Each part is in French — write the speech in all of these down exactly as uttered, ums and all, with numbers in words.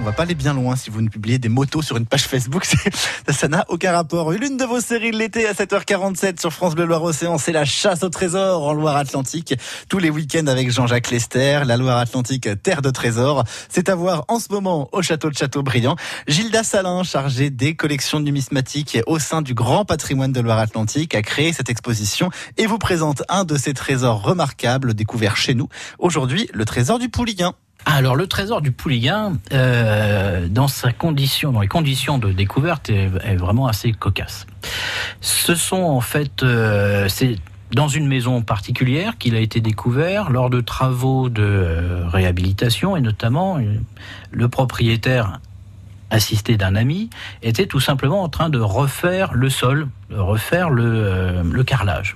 va pas aller bien loin si vous ne publiez des motos sur une page Facebook. C'est, ça n'a aucun rapport. L'une de vos séries de l'été à sept heures quarante-sept sur France Bleu Loire-Océan, c'est la chasse au trésor en Loire-Atlantique. Tous les week-ends avec Jean-Jacques Lester, la Loire-Atlantique, terre de trésors. C'est à voir en ce moment au château de Châteaubriand. Gilda Salin, chargée des collections numismatiques au sein du Grand Patrimoine de Loire-Atlantique, a créé cette exposition et vous présente un de ces trésors remarquables découverts chez nous. Aujourd'hui, le trésor du Pouliguen. Alors le trésor du Pouliguen, euh, dans sa condition, dans les conditions de découverte, est, est vraiment assez cocasse. Ce sont en fait, euh, c'est dans une maison particulière qu'il a été découvert lors de travaux de euh, réhabilitation et notamment euh, le propriétaire, assisté d'un ami, était tout simplement en train de refaire le sol, de refaire le, euh, le carrelage.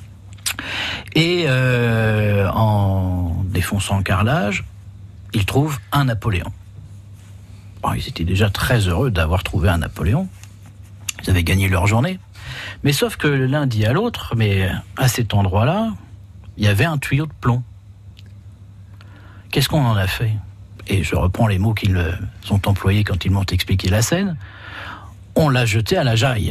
Et euh, en défonçant le carrelage, ils trouvent un Napoléon. Bon, ils étaient déjà très heureux d'avoir trouvé un Napoléon. Ils avaient gagné leur journée. Mais sauf que l'un dit à l'autre, mais à cet endroit-là, il y avait un tuyau de plomb. Qu'est-ce qu'on en a fait ? Et je reprends les mots qu'ils ont employés quand ils m'ont expliqué la scène. On l'a jeté à la jaille.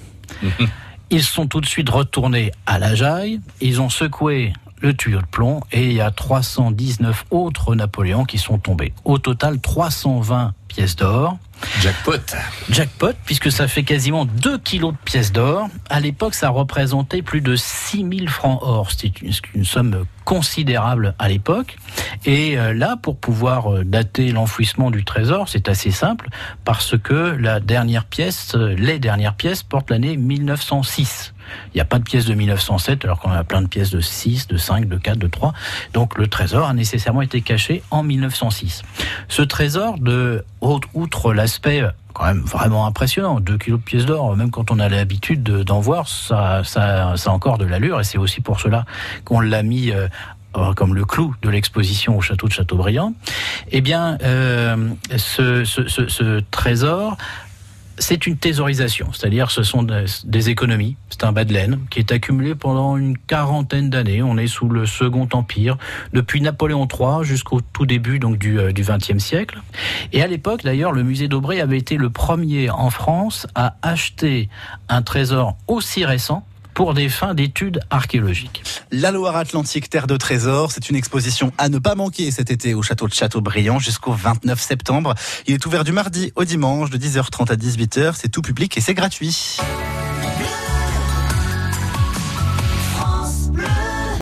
Ils sont tout de suite retournés à la jaille. Ils ont secoué le tuyau de plomb et il y a trois cent dix-neuf autres Napoléons qui sont tombés. Au total, trois cent vingt pièces d'or. Jackpot. Jackpot, puisque ça fait quasiment deux kilos de pièces d'or. À l'époque, ça représentait plus de six mille francs or. C'était une, une somme considérable à l'époque. Et là, pour pouvoir dater l'enfouissement du trésor, c'est assez simple, parce que la dernière pièce, les dernières pièces portent l'année mille neuf cent six. Il n'y a pas de pièces de mille neuf cent sept, alors qu'on a plein de pièces de six, de cinq, de quatre, de trois. Donc le trésor a nécessairement été caché en mille neuf cent six. Ce trésor, de, outre l'aspect quand même vraiment impressionnant, deux kilos de pièces d'or, même quand on a l'habitude de, d'en voir, ça, ça, ça a encore de l'allure, et c'est aussi pour cela qu'on l'a mis euh, comme le clou de l'exposition au château de Châteaubriand. Eh bien, euh, ce, ce, ce, ce trésor, c'est une thésaurisation, c'est-à-dire ce sont des économies, c'est un bas de laine qui est accumulé pendant une quarantaine d'années. On est sous le Second Empire, depuis Napoléon trois jusqu'au tout début donc du du vingtième siècle. Et à l'époque, d'ailleurs, le musée d'Aubray avait été le premier en France à acheter un trésor aussi récent pour des fins d'études archéologiques. La Loire-Atlantique, terre de trésors, c'est une exposition à ne pas manquer cet été au château de Châteaubriand jusqu'au vingt-neuf septembre. Il est ouvert du mardi au dimanche de dix heures trente à dix-huit heures. C'est tout public et c'est gratuit.